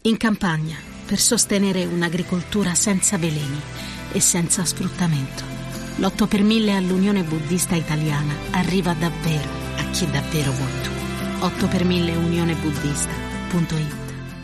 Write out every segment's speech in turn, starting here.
In campagna, per sostenere un'agricoltura senza veleni e senza sfruttamento, l'8 per 1000 all'Unione Buddista Italiana arriva davvero a chi davvero vuoi tu. 8 per 1000 unionebuddista.it.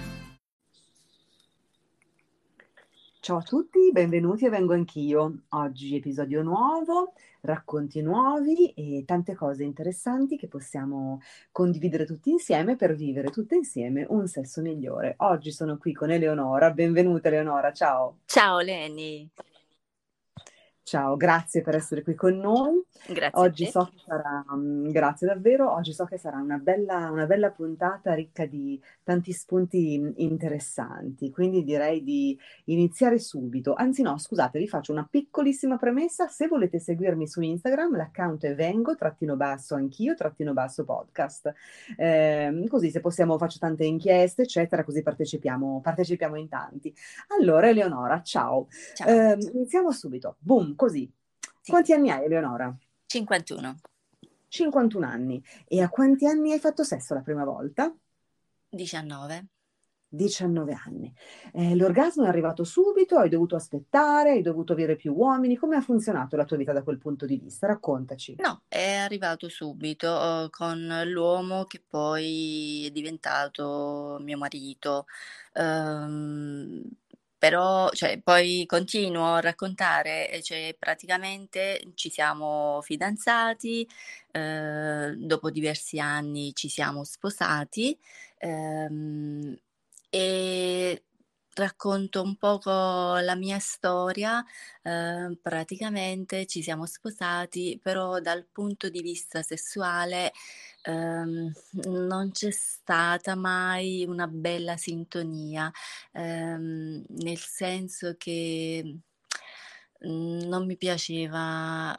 Ciao a tutti, benvenuti a Vengo Anch'io. Oggi episodio nuovo, racconti nuovi e tante cose interessanti che possiamo condividere tutti insieme per vivere tutte insieme un sesso migliore. Oggi sono qui con Eleonora, benvenuta Eleonora, ciao. Ciao Leni. Ciao, grazie per essere qui con noi. Grazie Oggi a te. so che sarà, grazie davvero, oggi so che sarà una bella puntata ricca di tanti spunti interessanti, quindi direi di iniziare subito. Anzi no, scusate, vi faccio una piccolissima premessa. Se volete seguirmi su Instagram, l'account è vengo-anch'io-podcast. Così se possiamo faccio tante inchieste, eccetera, così partecipiamo in tanti. Allora, Eleonora, ciao. Ciao. Iniziamo subito. Boom, così. Sì. Quanti anni hai, Eleonora? 51. 51 anni. E a quanti anni hai fatto sesso la prima volta? 19. 19 anni. L'orgasmo è arrivato subito? Hai dovuto aspettare? Hai dovuto avere più uomini? Come ha funzionato la tua vita da quel punto di vista? Raccontaci. No, è arrivato subito con l'uomo che poi è diventato mio marito. Però, poi continuo a raccontare, praticamente ci siamo fidanzati, dopo diversi anni ci siamo sposati, e racconto un poco la mia storia. Praticamente ci siamo sposati, però dal punto di vista sessuale non c'è stata mai una bella sintonia, nel senso che non mi piaceva,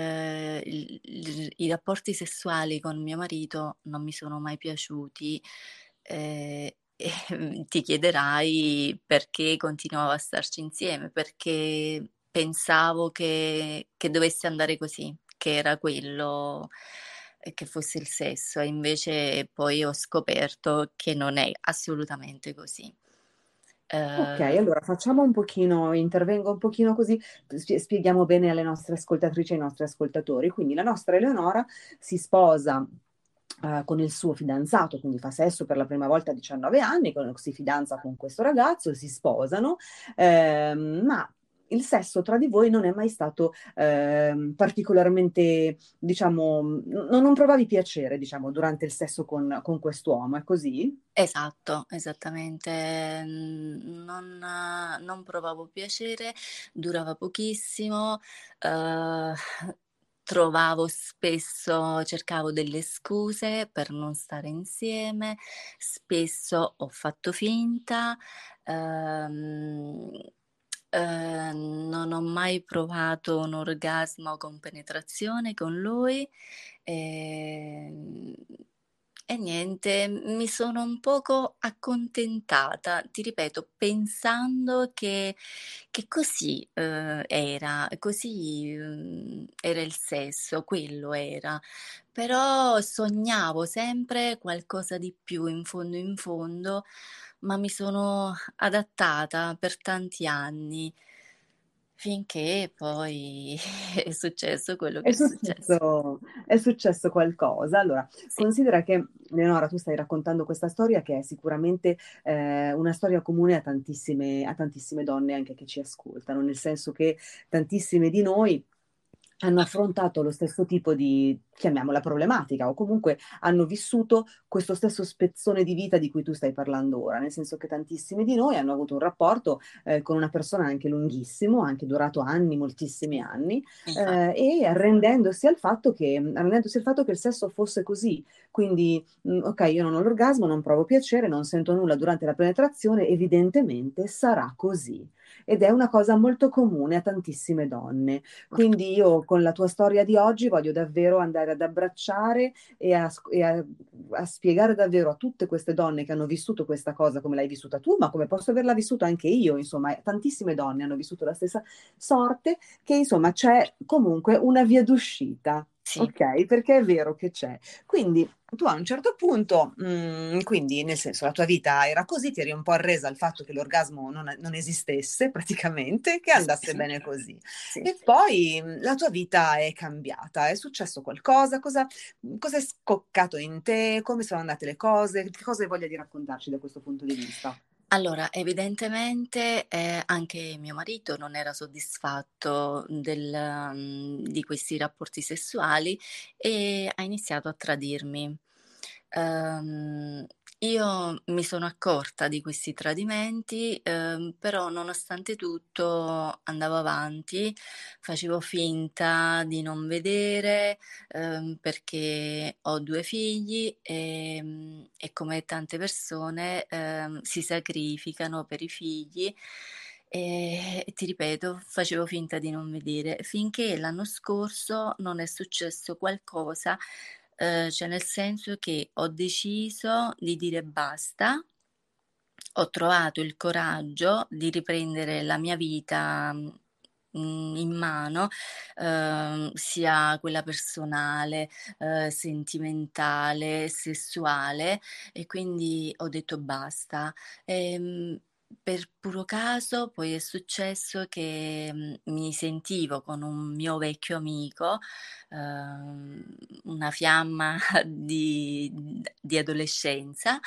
i rapporti sessuali con mio marito non mi sono mai piaciuti, e ti chiederai perché continuavo a starci insieme, perché pensavo che dovesse andare così, che era quello, che fosse il sesso, e invece poi ho scoperto che non è assolutamente così. Ok, allora facciamo un pochino, intervengo un pochino così, spieghiamo bene alle nostre ascoltatrici e ai nostri ascoltatori. Quindi la nostra Eleonora si sposa con il suo fidanzato, quindi fa sesso per la prima volta a 19 anni, si fidanza con questo ragazzo, si sposano, ma il sesso tra di voi non è mai stato particolarmente, diciamo, non provavi piacere, diciamo, durante il sesso con quest'uomo, è così? Esatto, esattamente. Non provavo piacere, durava pochissimo, eh, cercavo delle scuse per non stare insieme, spesso ho fatto finta, ehm, non ho mai provato un orgasmo con penetrazione con lui. ehm, e niente, mi sono un poco accontentata, ti ripeto, pensando che così era il sesso, quello era. Però sognavo sempre qualcosa di più in fondo, ma mi sono adattata per tanti anni, finché poi è successo quello che è successo. È successo qualcosa. Allora, Sì. considera che, Leonora, tu stai raccontando questa storia che è sicuramente una storia comune a tantissime donne anche che ci ascoltano, nel senso che tantissime di noi hanno affrontato lo stesso tipo di, chiamiamola problematica, o comunque hanno vissuto questo stesso spezzone di vita di cui tu stai parlando ora, nel senso che tantissime di noi hanno avuto un rapporto con una persona anche lunghissimo, anche durato anni, moltissimi Sì, anni, infatti. e arrendendosi al fatto che il sesso fosse così. Quindi, ok, io non ho l'orgasmo, non provo piacere, non sento nulla durante la penetrazione, evidentemente sarà così. Ed è una cosa molto comune a tantissime donne. Quindi io con la tua storia di oggi voglio davvero andare ad abbracciare a spiegare davvero a tutte queste donne che hanno vissuto questa cosa come l'hai vissuta tu, ma come posso averla vissuta anche io, insomma, tantissime donne hanno vissuto la stessa sorte, che insomma c'è comunque una via d'uscita. Sì. Ok, perché è vero che c'è. Quindi tu a un certo punto, quindi nel senso la tua vita era così, ti eri un po' arresa al fatto che l'orgasmo non esistesse praticamente, che andasse Sì, bene così. sì. E poi la tua vita è cambiata, è successo qualcosa, cosa è scoccato in te, come sono andate le cose, che cosa hai voglia di raccontarci da questo punto di vista? Allora, evidentemente, anche mio marito non era soddisfatto di questi rapporti sessuali e ha iniziato a tradirmi. Uhm, io mi sono accorta di questi tradimenti, però nonostante tutto andavo avanti, facevo finta di non vedere, perché ho 2 figli, e come tante persone, si sacrificano per i figli, e ti ripeto, facevo finta di non vedere, finché l'anno scorso non è successo qualcosa, cioè nel senso che ho deciso di dire basta, ho trovato il coraggio di riprendere la mia vita, in mano, sia quella personale, sentimentale, sessuale, e quindi ho detto basta. Per puro caso poi è successo che, mi sentivo con un mio vecchio amico, uhm, una fiamma di adolescenza,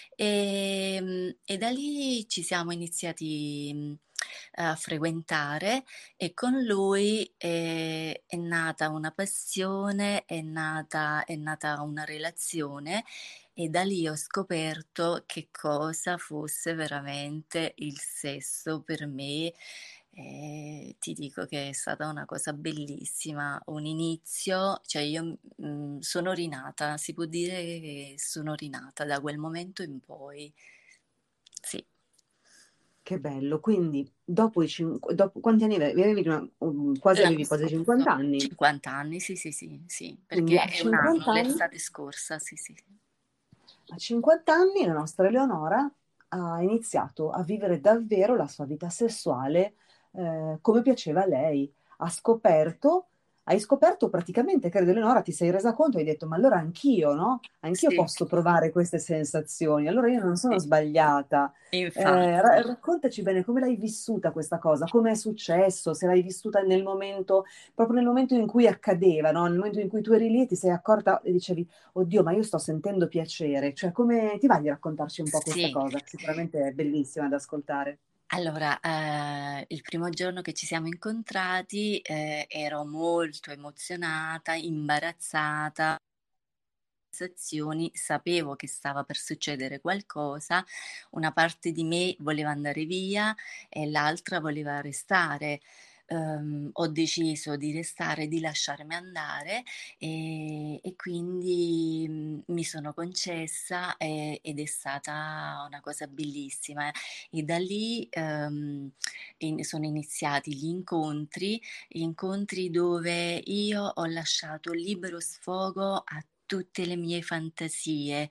e da lì ci siamo iniziati, a frequentare, e con lui è nata una passione, è nata una relazione, e da lì ho scoperto che cosa fosse veramente il sesso per me. Ti dico che è stata una cosa bellissima, un inizio, cioè io, sono rinata, si può dire che sono rinata da quel momento in poi. Sì. Che bello, quindi dopo quanti anni avevi? Quasi L'anno avevi quasi scorso, 50 anni, 50 anni, sì, sì, sì, sì, quindi perché è un anno, l'estate scorsa, sì, sì, sì. a 50 anni la nostra Eleonora ha iniziato a vivere davvero la sua vita sessuale come piaceva a lei. Ha scoperto, hai scoperto praticamente, credo Eleonora, ti sei resa conto, hai detto, ma allora anch'io, no? Anch'io Sì, posso provare queste sensazioni, allora io non sono sì, sbagliata. infatti. Raccontaci bene come l'hai vissuta questa cosa, come è successo, se l'hai vissuta nel momento, proprio nel momento in cui accadeva, no? Nel momento in cui tu eri lì e ti sei accorta e dicevi, oddio, ma io sto sentendo piacere, cioè come ti va di raccontarci un po' questa Sì. cosa? Sicuramente è bellissima da ascoltare. Allora, il primo giorno che ci siamo incontrati, ero molto emozionata, imbarazzata, sensazioni, sapevo che stava per succedere qualcosa, una parte di me voleva andare via e l'altra voleva restare. Ho deciso di restare, di lasciarmi andare, e quindi, mi sono concessa, ed è stata una cosa bellissima. E da lì, sono iniziati gli incontri dove io ho lasciato libero sfogo a tutte le mie fantasie,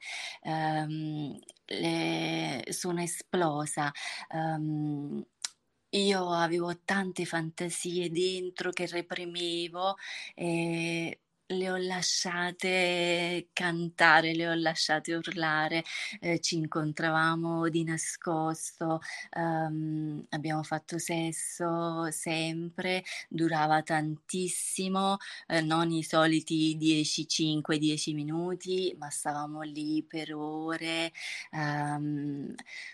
sono esplosa. Ehm, io avevo tante fantasie dentro che reprimevo, e le ho lasciate cantare, le ho lasciate urlare, ci incontravamo di nascosto, abbiamo fatto sesso sempre, durava tantissimo, non i soliti 10, 5, 10 minuti, ma stavamo lì per ore, ehm,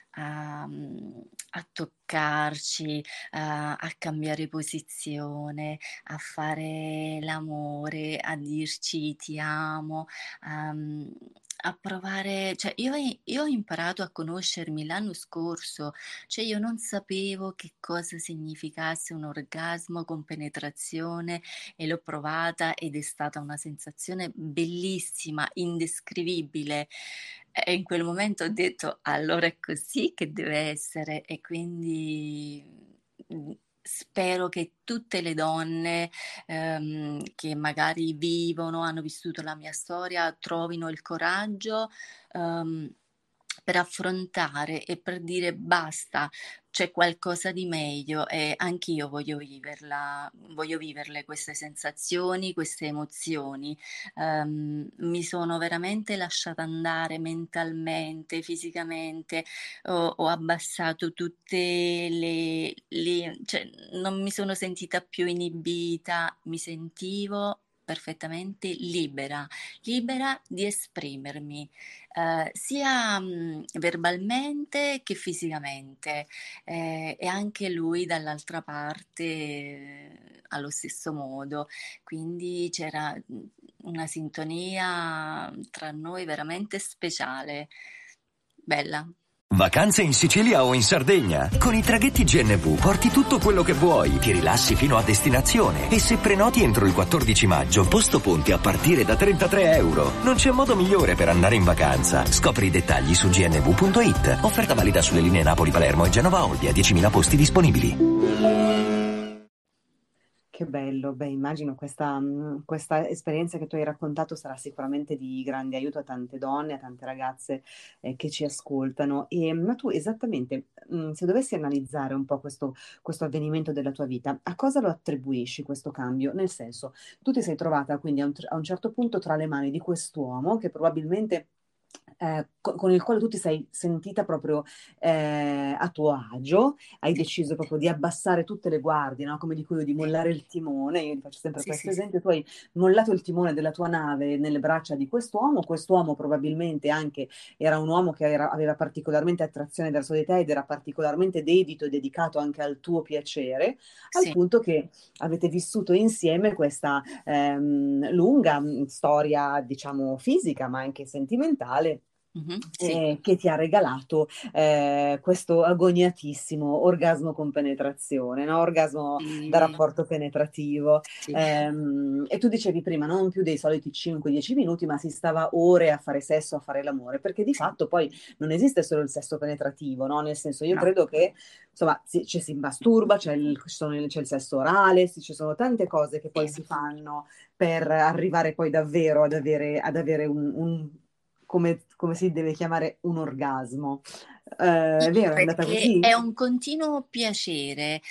a toccarci, a cambiare posizione, a fare l'amore, a dirci ti amo, a a provare, cioè io ho imparato a conoscermi l'anno scorso, cioè io non sapevo che cosa significasse un orgasmo con penetrazione, e l'ho provata ed è stata una sensazione bellissima, indescrivibile. E in quel momento ho detto: "Allora è così che deve essere", e quindi, spero che tutte le donne, che magari hanno vissuto la mia storia, trovino il coraggio, uhm, per affrontare e per dire basta, c'è qualcosa di meglio e anch'io voglio viverle queste sensazioni, queste emozioni. Mi sono veramente lasciata andare mentalmente, fisicamente, ho abbassato tutte cioè non mi sono sentita più inibita, mi sentivo perfettamente libera, libera di esprimermi, sia verbalmente che fisicamente. E anche lui dall'altra parte allo stesso modo, quindi c'era una sintonia tra noi veramente speciale, bella. Vacanze in Sicilia o in Sardegna? Con i traghetti GNV porti tutto quello che vuoi, ti rilassi fino a destinazione e se prenoti entro il 14 maggio, posto ponti a partire da €33. Non c'è modo migliore per andare in vacanza. Scopri i dettagli su gnv.it. Offerta valida sulle linee Napoli-Palermo e Genova-Olbia, 10.000 posti disponibili. Che bello, beh, immagino questa esperienza che tu hai raccontato sarà sicuramente di grande aiuto a tante donne, a tante ragazze che ci ascoltano. Ma tu esattamente, se dovessi analizzare un po' questo avvenimento della tua vita, a cosa lo attribuisci questo cambio? Nel senso, tu ti sei trovata quindi a un certo punto tra le mani di quest'uomo che probabilmente con il quale tu ti sei sentita proprio a tuo agio, hai Sì, deciso proprio di abbassare tutte le guardie, no? Come dico io, di sì, mollare il timone. Io ti faccio sempre sì, questo sì, sì. esempio: tu hai mollato il timone della tua nave nelle braccia di quest'uomo probabilmente anche era un uomo che aveva particolarmente attrazione verso di te ed era particolarmente dedito e dedicato anche al tuo piacere, al Sì. punto che avete vissuto insieme questa lunga storia, diciamo, fisica, ma anche sentimentale, Mhm, sì. che ti ha regalato questo agoniatissimo orgasmo con penetrazione, no? Orgasmo da Sì, rapporto penetrativo. sì. E tu dicevi prima, non più dei soliti 5-10 minuti, ma si stava ore a fare sesso, a fare l'amore, perché di Sì. fatto poi non esiste solo il sesso penetrativo, no? Nel senso, io No. credo che insomma si masturba, c'è il sesso orale, ci sono tante cose che poi Sì. si fanno per arrivare poi davvero ad avere come si deve chiamare, un orgasmo. È vero, è andata Perché così? è un continuo piacere,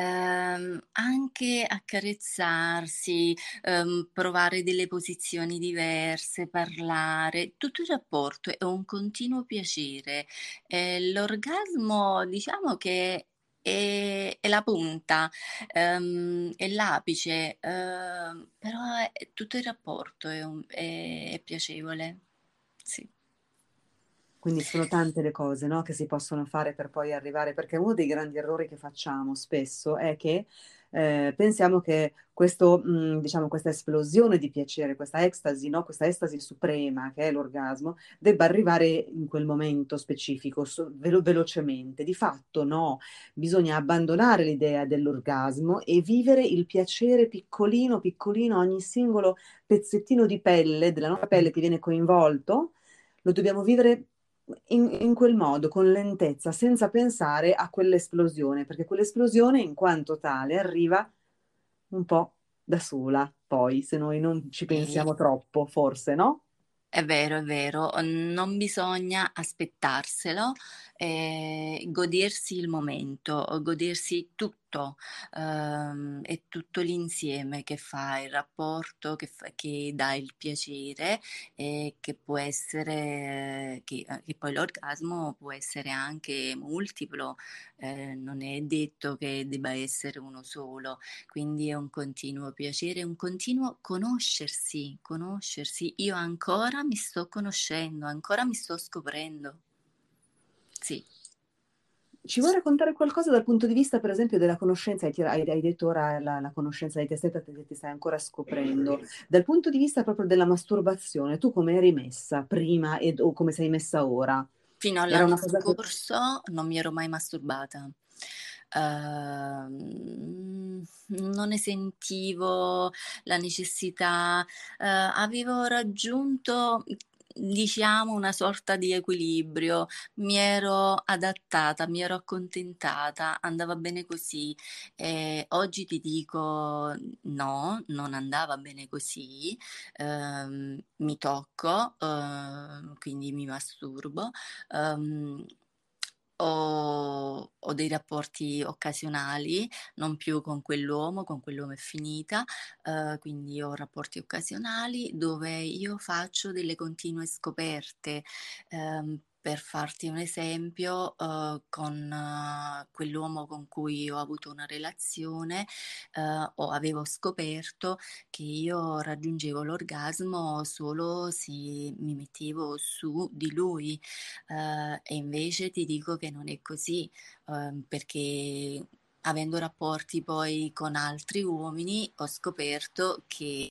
anche accarezzarsi, provare delle posizioni diverse, parlare, tutto il rapporto è un continuo piacere. L'orgasmo, diciamo che è la punta, è l'apice, però tutto il rapporto è piacevole. Sì, Quindi sono tante le cose, no, che si possono fare per poi arrivare, perché uno dei grandi errori che facciamo spesso è che pensiamo che diciamo, questa esplosione di piacere, questa ecstasy, no, questa estasi suprema che è l'orgasmo, debba arrivare in quel momento specifico, velocemente. Di fatto no, bisogna abbandonare l'idea dell'orgasmo e vivere il piacere piccolino, piccolino, ogni singolo pezzettino di pelle, della nostra pelle che viene coinvolto lo dobbiamo vivere in quel modo, con lentezza, senza pensare a quell'esplosione, perché quell'esplosione in quanto tale arriva un po' da sola, poi, se noi non ci sì. pensiamo troppo, forse, no? È vero, non bisogna aspettarselo, godersi il momento, godersi tutto, è tutto l'insieme che fa il rapporto, che dà il piacere e che può essere, che poi l'orgasmo può essere anche multiplo, non è detto che debba essere uno solo. Quindi è un continuo piacere, un continuo conoscersi, conoscersi. Io ancora mi sto conoscendo, ancora mi sto scoprendo. Sì. Ci vuoi raccontare qualcosa dal punto di vista, per esempio, della conoscenza? Hai detto ora la conoscenza di te stessa, che ti stai ancora scoprendo. Dal punto di vista proprio della masturbazione, tu come eri messa prima o come sei messa ora? Fino Era all'anno una cosa che... scorso non mi ero mai masturbata. Non ne sentivo la necessità, avevo raggiunto, diciamo, una sorta di equilibrio, mi ero adattata, mi ero accontentata, andava bene così. Oggi ti dico no, non andava bene così, mi tocco, quindi mi masturbo. Ehm, ho dei rapporti occasionali, non più con quell'uomo è finita, quindi ho rapporti occasionali dove io faccio delle continue scoperte. Per farti un esempio, con quell'uomo con cui ho avuto una relazione, o avevo scoperto che io raggiungevo l'orgasmo solo se mi mettevo su di lui, e invece ti dico che non è così, perché avendo rapporti poi con altri uomini ho scoperto che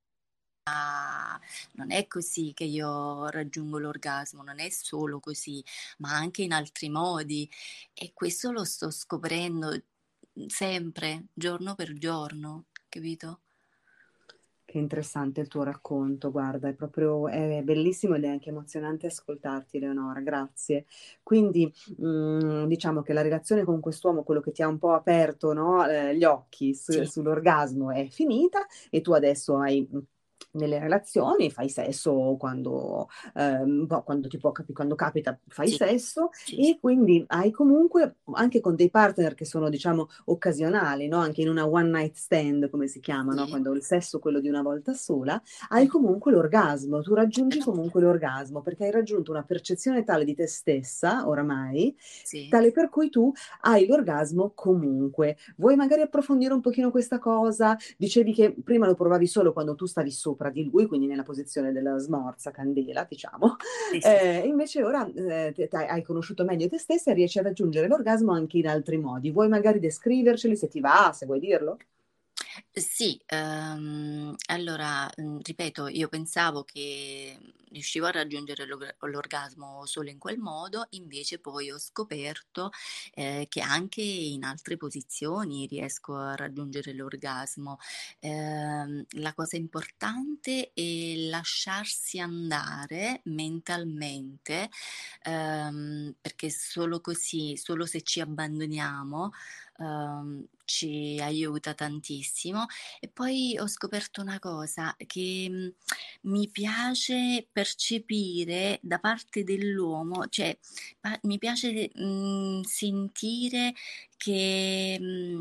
non è così che io raggiungo l'orgasmo, non è solo così, ma anche in altri modi, e questo lo sto scoprendo sempre, giorno per giorno, capito? Che interessante il tuo racconto, guarda, è bellissimo ed è anche emozionante ascoltarti, Eleonora, grazie. Quindi, diciamo che la relazione con quest'uomo, quello che ti ha un po' aperto, no, gli occhi Sì, sull'orgasmo è finita e tu adesso hai nelle relazioni, fai sesso quando ti quando capita, fai sì, sesso, sì, sì, e quindi hai comunque anche con dei partner che sono, diciamo, occasionali, no? Anche in una one night stand, come si chiama, no? sì. Quando il sesso è quello di una volta sola, hai Mhm. comunque l'orgasmo, tu raggiungi Certo, comunque l'orgasmo perché hai raggiunto una percezione tale di te stessa, oramai, sì. tale per cui tu hai l'orgasmo comunque. Vuoi magari approfondire un pochino questa cosa? Dicevi che prima lo provavi solo quando tu stavi sopra di lui, quindi nella posizione della smorza, candela, diciamo. Sì, sì, sì. Invece ora hai conosciuto meglio te stessa e riesci a raggiungere l'orgasmo anche in altri modi. Vuoi magari descriverceli se ti va, se vuoi dirlo? Sì, allora, ripeto, io pensavo che riuscivo a raggiungere l'orgasmo solo in quel modo, invece poi ho scoperto, che anche in altre posizioni riesco a raggiungere l'orgasmo. La cosa importante è lasciarsi andare mentalmente, perché solo così, solo se ci abbandoniamo, ci aiuta tantissimo. E poi ho scoperto una cosa che mi piace percepire da parte dell'uomo, cioè mi piace sentire che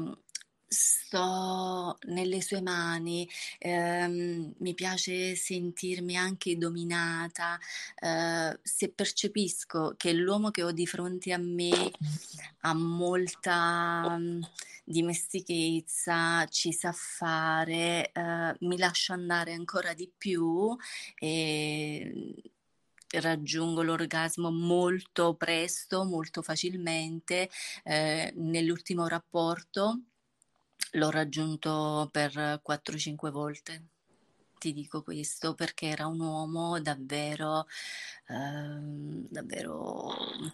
sto nelle sue mani, mi piace sentirmi anche dominata, se percepisco che l'uomo che ho di fronte a me ha molta dimestichezza, ci sa fare, mi lascio andare ancora di più e raggiungo l'orgasmo molto presto, molto facilmente. Nell'ultimo rapporto l'ho raggiunto per 4-5 volte. Ti dico questo perché era un uomo davvero, davvero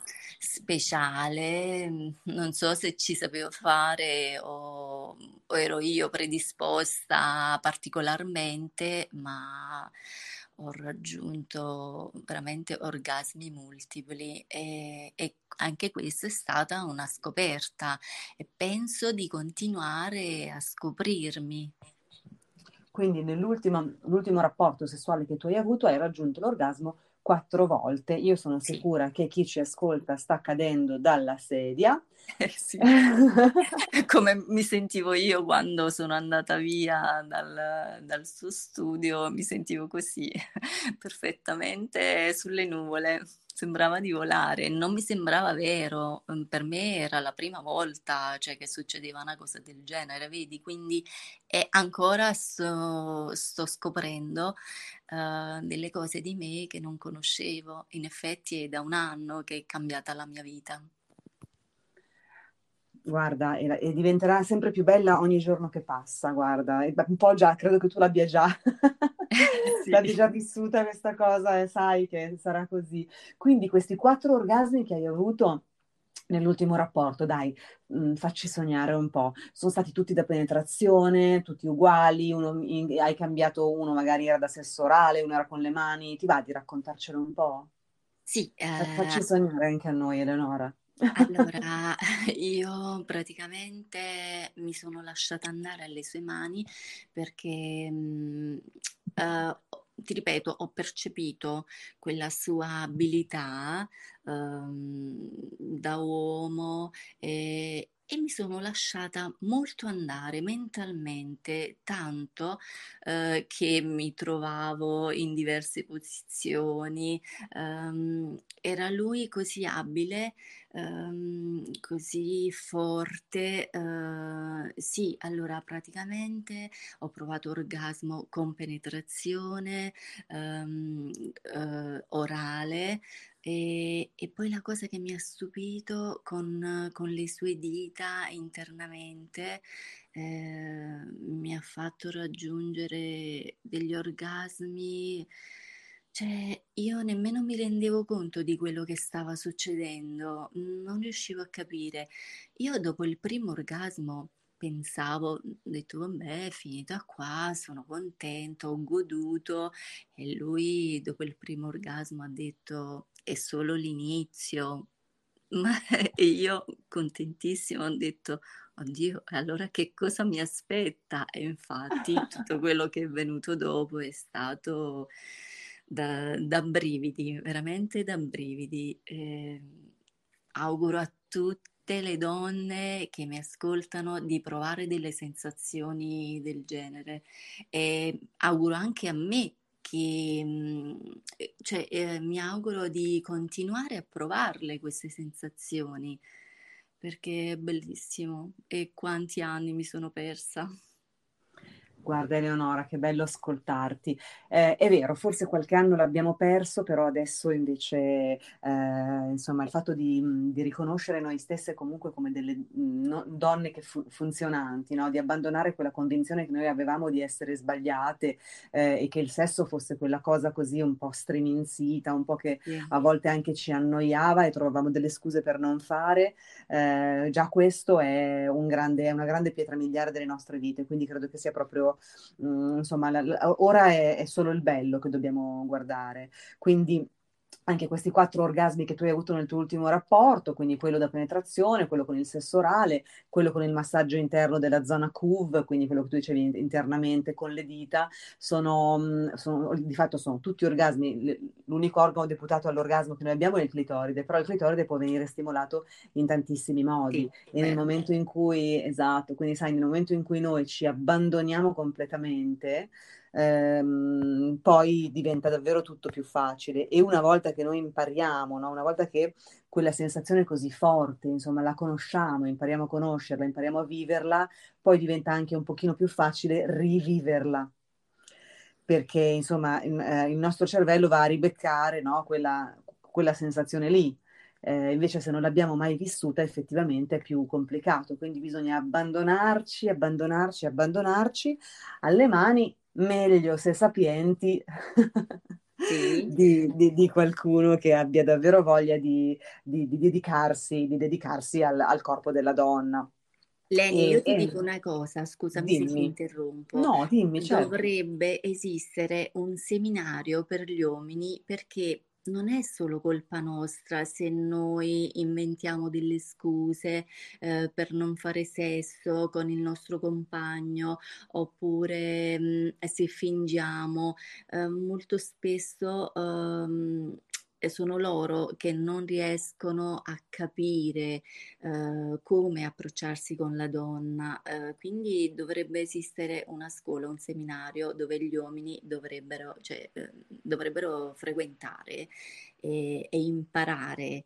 speciale. Non so se ci sapevo fare o ero io predisposta particolarmente, ma ho raggiunto veramente orgasmi multipli e anche questa è stata una scoperta e penso di continuare a scoprirmi. Quindi l'ultimo rapporto sessuale che tu hai avuto hai raggiunto l'orgasmo 4 volte. Io sono Sì. sicura che chi ci ascolta sta cadendo dalla sedia. Sì. Come mi sentivo io quando sono andata via dal suo studio, mi sentivo così, perfettamente sulle nuvole. Sembrava di volare, non mi sembrava vero. Per me era la prima volta, cioè, che succedeva una cosa del genere, vedi? Quindi ancora sto scoprendo delle cose di me che non conoscevo. In effetti è da un anno che è cambiata la mia vita. Guarda, e diventerà sempre più bella ogni giorno che passa, guarda. E un po' già, credo che tu l'abbia già, Sì. l'abbia già vissuta questa cosa e sai che sarà così. Quindi questi 4 orgasmi che hai avuto nell'ultimo rapporto, dai, facci sognare un po'. Sono stati tutti da penetrazione, tutti uguali, hai cambiato uno, magari era da sesso orale, uno era con le mani. Ti va di raccontarcelo un po'? Sì, Facci sognare anche a noi, Eleonora. allora io praticamente mi sono lasciata andare alle sue mani perché ti ripeto, ho percepito quella sua abilità da uomo e mi sono lasciata molto andare mentalmente, tanto che mi trovavo in diverse posizioni. Era lui così abile, così forte. Sì, allora praticamente ho provato orgasmo con penetrazione orale e poi la cosa che mi ha stupito con le sue dita internamente mi ha fatto raggiungere degli orgasmi, cioè io nemmeno mi rendevo conto di quello che stava succedendo, non riuscivo a capire. Io dopo il primo orgasmo pensavo, ho detto vabbè, è finita qua, sono contento, ho goduto e lui dopo il primo orgasmo ha detto è solo l'inizio. Ma e io contentissima ho detto oddio, allora che cosa mi aspetta? E infatti tutto quello che è venuto dopo è stato da brividi, veramente da brividi. Auguro a tutte le donne che mi ascoltano di provare delle sensazioni del genere e auguro anche a me che, cioè, mi auguro di continuare a provarle queste sensazioni perché è bellissimo e quanti anni mi sono persa. Guarda Eleonora, che bello ascoltarti. È vero, forse qualche anno l'abbiamo perso, però adesso invece, insomma, il fatto di riconoscere noi stesse comunque come delle donne che funzionanti, no? Di abbandonare quella convinzione che noi avevamo di essere sbagliate, e che il sesso fosse quella cosa così un po' striminzita, un po' che Sì. a volte anche ci annoiava e trovavamo delle scuse per non fare. Già questo è è una grande pietra miliare delle nostre vite, quindi credo che sia proprio insomma, ora è solo il bello che dobbiamo guardare. Quindi anche questi 4 orgasmi che tu hai avuto nel tuo ultimo rapporto, quindi quello da penetrazione, quello con il sesso orale, quello con il massaggio interno della zona CUV, quindi quello che tu dicevi internamente con le dita, di fatto sono tutti orgasmi. L'unico organo deputato all'orgasmo che noi abbiamo è il clitoride, però il clitoride può venire stimolato in tantissimi modi. Sì, E nel vero. momento in cui, esatto, quindi sai, nel momento in cui noi ci abbandoniamo completamente, poi diventa davvero tutto più facile. E una volta che noi impariamo, no? Una volta che quella sensazione così forte, insomma, la conosciamo, impariamo a conoscerla, impariamo a viverla, poi diventa anche un pochino più facile riviverla. Perché, insomma, il nostro cervello va a ribeccare, no? Quella sensazione lì. Invece se non l'abbiamo mai vissuta effettivamente è più complicato, quindi bisogna abbandonarci, abbandonarci, abbandonarci alle mani, meglio se sapienti, Sì. di qualcuno che abbia davvero voglia di dedicarsi al corpo della donna. Leni, io ti E dico una cosa, scusami se ti dimmi, interrompo. no, dimmi, certo. Dovrebbe esistere un seminario per gli uomini perché non è solo colpa nostra se noi inventiamo delle scuse per non fare sesso con il nostro compagno oppure se fingiamo. Molto spesso sono loro che non riescono a capire come approcciarsi con la donna. Quindi dovrebbe esistere una scuola, un seminario dove gli uomini dovrebbero, cioè, dovrebbero frequentare e imparare,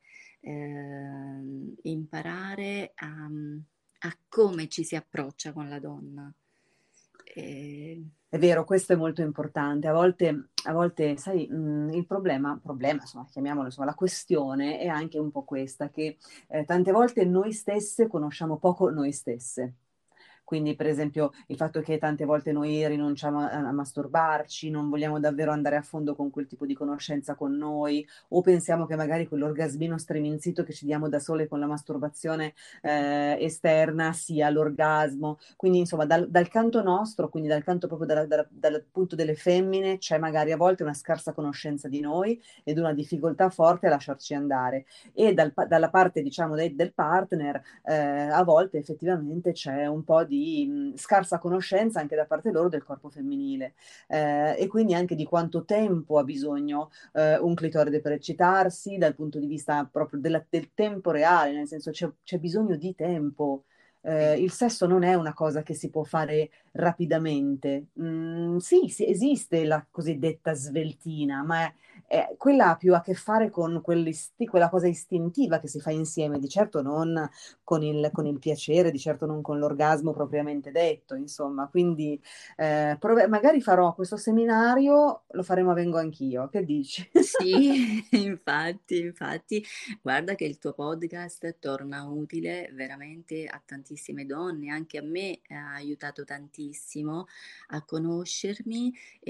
imparare a come ci si approccia con la donna. Eh, È vero, questo è molto importante. A volte, sai, il problema, insomma, chiamiamolo, insomma, la questione è anche un po' questa, che tante volte noi stesse conosciamo poco noi stesse. Quindi, per esempio, il fatto che tante volte noi rinunciamo a masturbarci, non vogliamo davvero andare a fondo con quel tipo di conoscenza con noi, o pensiamo che magari quell'orgasmino striminzito che ci diamo da sole con la masturbazione esterna sia l'orgasmo. Quindi, insomma, dal canto nostro, quindi dal canto proprio dal punto delle femmine, c'è magari a volte una scarsa conoscenza di noi ed una difficoltà forte a lasciarci andare. E dalla parte, diciamo, del partner, a volte effettivamente c'è un po' di scarsa conoscenza anche da parte loro del corpo femminile, e quindi anche di quanto tempo ha bisogno un clitoride per eccitarsi, dal punto di vista proprio del tempo reale, nel senso c'è bisogno di tempo. Il sesso non è una cosa che si può fare rapidamente. Sì, esiste la cosiddetta sveltina, ma quella ha più a che fare con quella cosa istintiva che si fa insieme, di certo non con il piacere, di certo non con l'orgasmo propriamente detto, insomma. Quindi magari farò questo seminario, lo faremo a Vengo Anch'io, che dici? Sì, infatti, guarda che il tuo podcast torna utile veramente a tantissime donne, anche a me ha aiutato tantissimo a conoscermi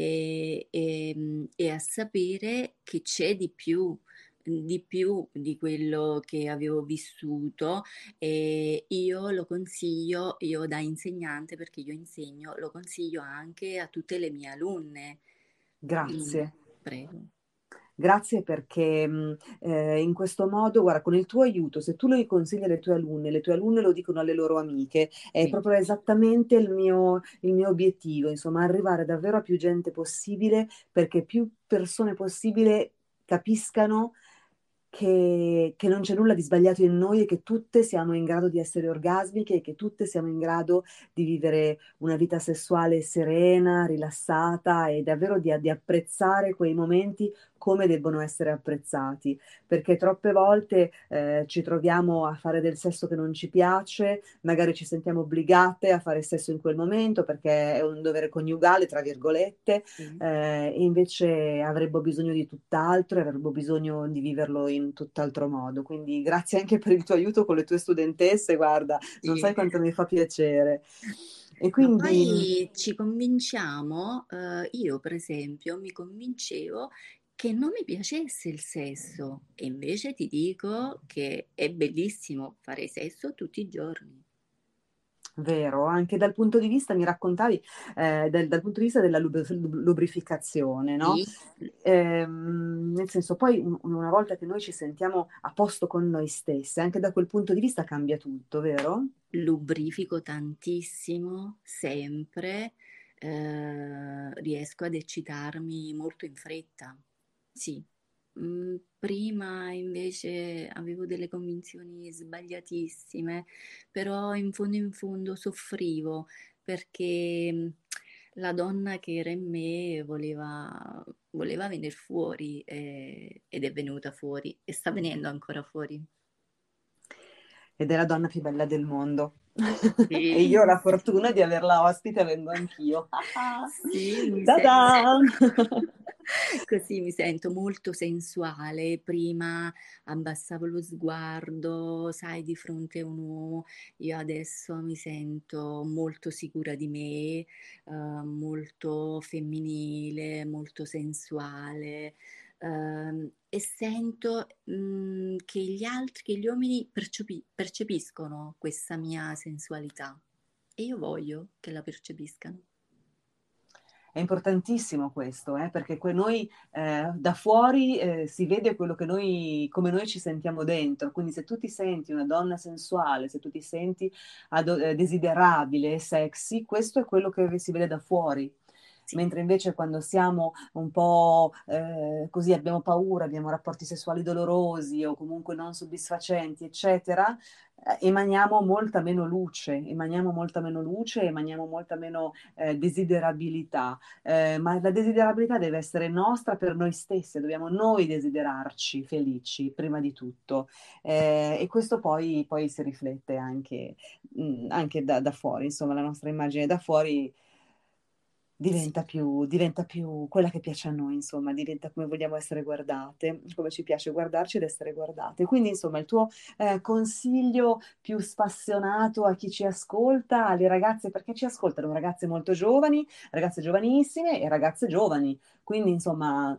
e a sapere che c'è di più di quello che avevo vissuto, e io lo consiglio, io da insegnante, perché io insegno, lo consiglio anche a tutte le mie alunne. Grazie. Prego. Grazie perché in questo modo, guarda, con il tuo aiuto, se tu lo consigli alle tue alunne lo dicono alle loro amiche, è Sì. proprio esattamente il mio obiettivo, insomma, arrivare davvero a più gente possibile perché più persone possibile capiscano che non c'è nulla di sbagliato in noi e che tutte siamo in grado di essere orgasmiche e che tutte siamo in grado di vivere una vita sessuale serena, rilassata e davvero di apprezzare quei momenti come debbono essere apprezzati, perché troppe volte ci troviamo a fare del sesso che non ci piace, magari ci sentiamo obbligate a fare sesso in quel momento perché è un dovere coniugale, tra virgolette, Sì. e invece avremmo bisogno di tutt'altro e avremmo bisogno di viverlo in tutt'altro modo. Quindi grazie anche per il tuo aiuto con le tue studentesse, guarda, non sai Sì. quanto mi fa piacere. E Ma quindi poi ci convinciamo, io per esempio mi convincevo che non mi piacesse il sesso, e invece ti dico che è bellissimo fare sesso tutti i giorni. vero, anche dal punto di vista, mi raccontavi, dal punto di vista della lubrificazione, no? Sì, Nel senso, poi una volta che noi ci sentiamo a posto con noi stesse, anche da quel punto di vista cambia tutto, vero? lubrifico tantissimo, sempre, riesco ad eccitarmi molto in fretta. Sì. Prima invece avevo delle convinzioni sbagliatissime, però in fondo soffrivo perché la donna che era in me voleva venire fuori, ed è venuta fuori e sta venendo ancora fuori. Ed è la donna più bella del mondo. E Sì, io ho la fortuna di averla ospite, vengo anch'io. sì, Ta-da! così mi sento molto sensuale. Prima abbassavo lo sguardo, sai, di fronte a un uomo. Io adesso mi sento molto sicura di me, molto femminile, molto sensuale. E sento che gli altri, che gli uomini percepiscono questa mia sensualità, e io voglio che la percepiscano. È importantissimo questo, perché noi da fuori si vede quello che come noi ci sentiamo dentro. Quindi se tu ti senti una donna sensuale, se tu ti senti desiderabile e sexy, questo è quello che si vede da fuori. Sì. Mentre invece quando siamo un po' così, abbiamo paura, abbiamo rapporti sessuali dolorosi o comunque non soddisfacenti, eccetera, emaniamo molta meno luce, emaniamo molta meno desiderabilità. Ma la desiderabilità deve essere nostra per noi stesse, dobbiamo noi desiderarci felici prima di tutto. E questo poi si riflette anche da fuori, insomma, la nostra immagine da fuori Sì. diventa più quella che piace a noi, insomma, diventa come vogliamo essere guardate, come ci piace guardarci ed essere guardate. Quindi, insomma, il tuo consiglio più spassionato a chi ci ascolta, alle ragazze, perché ci ascoltano ragazze molto giovani, ragazze giovanissime e ragazze giovani. Quindi, insomma,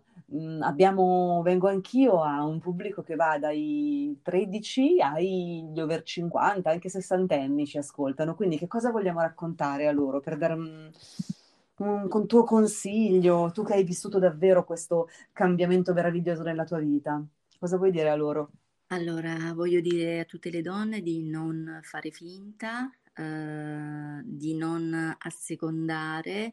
vengo anch'io a un pubblico che va dai 13 agli over 50, anche sessantenni ci ascoltano. Quindi, che cosa vogliamo raccontare a loro per dare con tuo consiglio, tu che hai vissuto davvero questo cambiamento meraviglioso nella tua vita? Cosa vuoi dire a loro? Allora, voglio dire a tutte le donne di non fare finta, di non assecondare,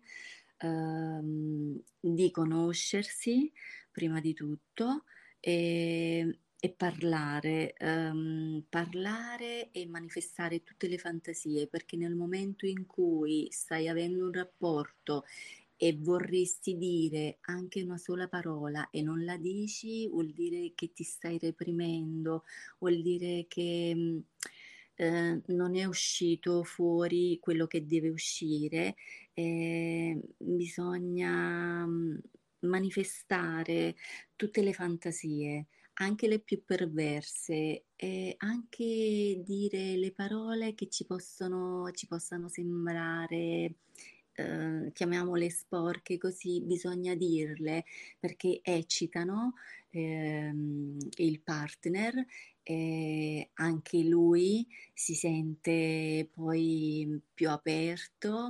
di conoscersi prima di tutto e parlare, parlare e manifestare tutte le fantasie, perché nel momento in cui stai avendo un rapporto e vorresti dire anche una sola parola e non la dici, vuol dire che ti stai reprimendo, vuol dire che non è uscito fuori quello che deve uscire. Bisogna manifestare tutte le fantasie, anche le più perverse, e anche dire le parole che ci possano sembrare, chiamiamole sporche, così bisogna dirle perché eccitano il partner, e anche lui si sente poi più aperto,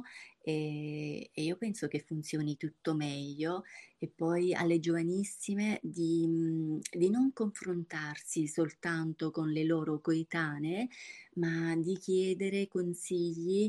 e io penso che funzioni tutto meglio. E poi alle giovanissime di non confrontarsi soltanto con le loro coetanee, ma di chiedere consigli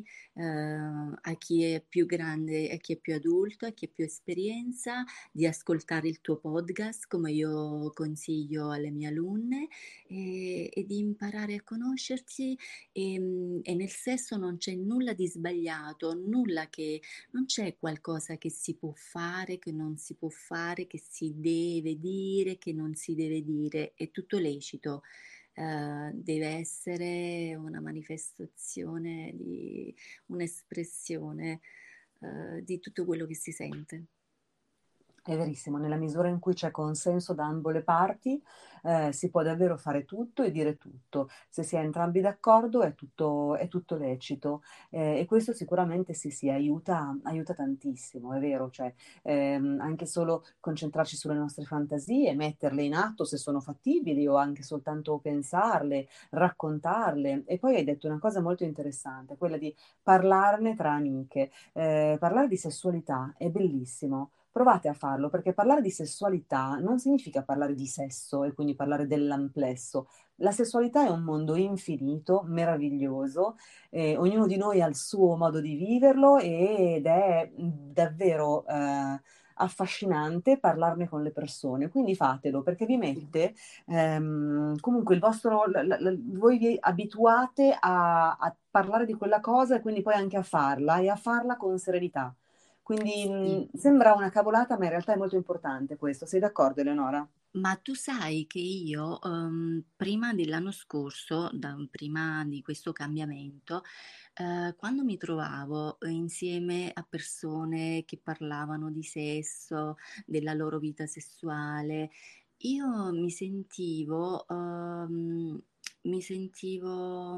a chi è più grande, a chi è più adulto, a chi ha più esperienza, di ascoltare il tuo podcast come io consiglio alle mie alunne, e di imparare a conoscersi, e nel sesso non c'è nulla di sbagliato, non c'è qualcosa che si può fare, che non si può fare, che si deve dire, che non si deve dire, è tutto lecito. Deve essere una manifestazione un'espressione di tutto quello che si sente. È verissimo, nella misura in cui c'è consenso da ambo le parti, si può davvero fare tutto e dire tutto. Se si è entrambi d'accordo è tutto lecito, e questo sicuramente sì, aiuta tantissimo, è vero, cioè anche solo concentrarci sulle nostre fantasie, metterle in atto se sono fattibili o anche soltanto pensarle, raccontarle. E poi hai detto una cosa molto interessante, quella di parlarne tra amiche. Parlare di sessualità è bellissimo. Provate a farlo, perché parlare di sessualità non significa parlare di sesso e quindi parlare dell'amplesso. La sessualità è un mondo infinito, meraviglioso, ognuno di noi ha il suo modo di viverlo ed è davvero affascinante parlarne con le persone. Quindi fatelo, perché vi mette comunque il vostro, voi vi abituate a parlare di quella cosa e quindi poi anche a farla e a farla con serenità. Quindi Sì. sembra una cavolata, ma in realtà è molto importante questo. Sei d'accordo, Eleonora? Ma tu sai che io, prima dell'anno scorso, prima di questo cambiamento, quando mi trovavo insieme a persone che parlavano di sesso, della loro vita sessuale, io mi sentivo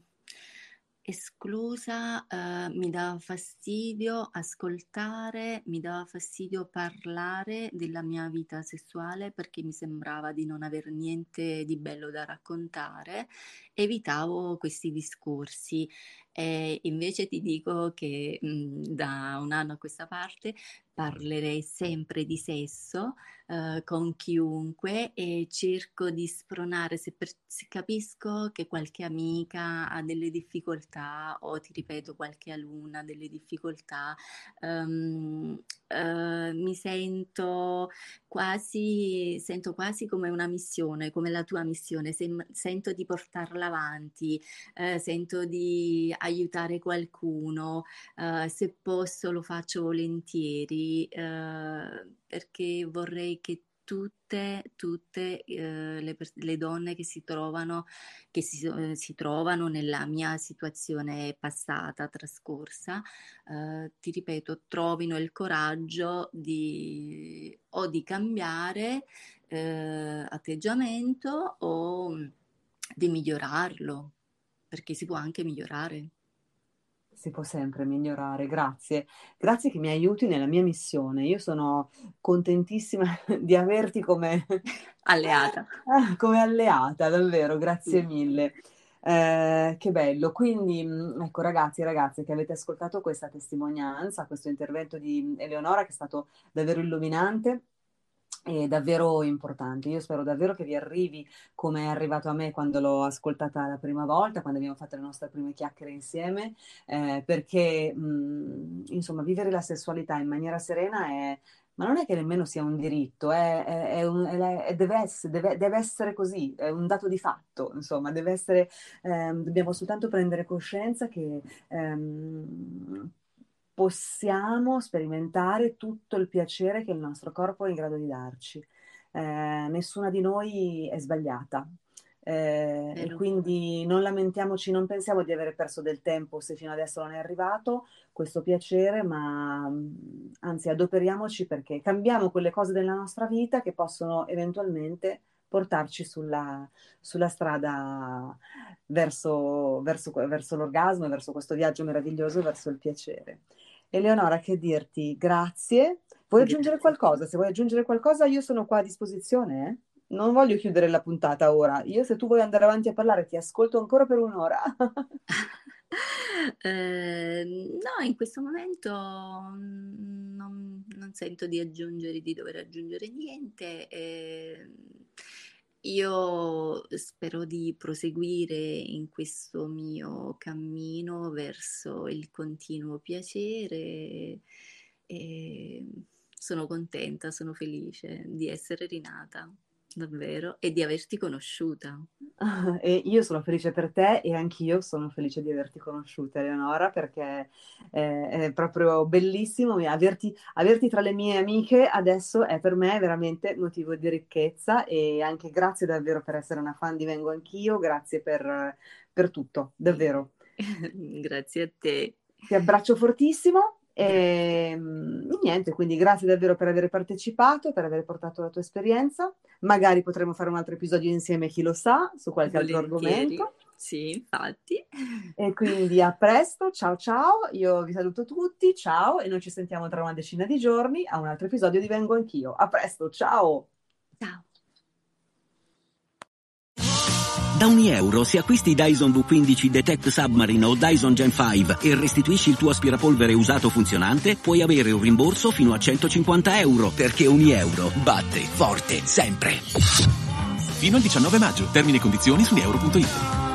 esclusa, mi dava fastidio ascoltare, mi dava fastidio parlare della mia vita sessuale perché mi sembrava di non aver niente di bello da raccontare, evitavo questi discorsi. E invece ti dico che da un anno a questa parte parlerei sempre di sesso con chiunque, e cerco di spronare se capisco che qualche amica ha delle difficoltà, o ti ripeto qualche alunna ha delle difficoltà. Mi sento quasi come una missione, come la tua missione, sento di portarla avanti, sento di aiutare qualcuno, se posso lo faccio volentieri, perché vorrei che tutte le donne che si trovano nella mia situazione passata, trascorsa, ti ripeto, trovino il coraggio o di cambiare atteggiamento, o di migliorarlo, perché si può anche migliorare. Si può sempre migliorare, grazie. Grazie che mi aiuti nella mia missione. Io sono contentissima di averti Alleata. come alleata, davvero, grazie Sì. mille. Che bello. Quindi, ecco, ragazzi e ragazze che avete ascoltato questa testimonianza, questo intervento di Eleonora che è stato davvero illuminante. è davvero importante. Io spero davvero che vi arrivi come è arrivato a me quando l'ho ascoltata la prima volta, quando abbiamo fatto le nostre prime chiacchiere insieme, perché insomma vivere la sessualità in maniera serena ma non è che nemmeno sia un diritto, deve essere così, è un dato di fatto, insomma, deve essere, dobbiamo soltanto prendere coscienza che possiamo sperimentare tutto il piacere che il nostro corpo è in grado di darci. Nessuna di noi è sbagliata. E quindi non lamentiamoci, non pensiamo di avere perso del tempo se fino adesso non è arrivato questo piacere, ma anzi adoperiamoci perché cambiamo quelle cose della nostra vita che possono eventualmente portarci sulla strada verso l'orgasmo, verso questo viaggio meraviglioso, verso il piacere. Eleonora, che dirti? Grazie. Vuoi aggiungere qualcosa? Se vuoi aggiungere qualcosa, io sono qua a disposizione, eh? Non voglio chiudere la puntata ora. Io, se tu vuoi andare avanti a parlare, ti ascolto ancora per un'ora. No, in questo momento non sento di dover aggiungere niente. Io spero di proseguire in questo mio cammino verso il continuo piacere e sono contenta, sono felice di essere rinata, davvero, e di averti conosciuta. E io sono felice per te e anch'io sono felice di averti conosciuta, Eleonora, perché è proprio bellissimo averti tra le mie amiche. Adesso è per me veramente motivo di ricchezza, e anche grazie davvero per essere una fan di Vengo Anch'io, grazie per tutto, davvero. Grazie a te. Ti abbraccio fortissimo. E niente, quindi grazie davvero per aver partecipato, per aver portato la tua esperienza. Magari potremo fare un altro episodio insieme, chi lo sa, su qualche altro argomento. Sì, infatti. E quindi a presto, ciao ciao, io vi saluto tutti, ciao, e noi ci sentiamo tra una decina di giorni a un altro episodio di Vengo Anch'io. A presto, ciao! Ciao! Da €1, se acquisti Dyson V15 Detect Submarine o Dyson Gen 5 e restituisci il tuo aspirapolvere usato funzionante, puoi avere un rimborso fino a €150, perché €1 batte forte sempre. Fino al 19 maggio. Termini e condizioni su euro.it.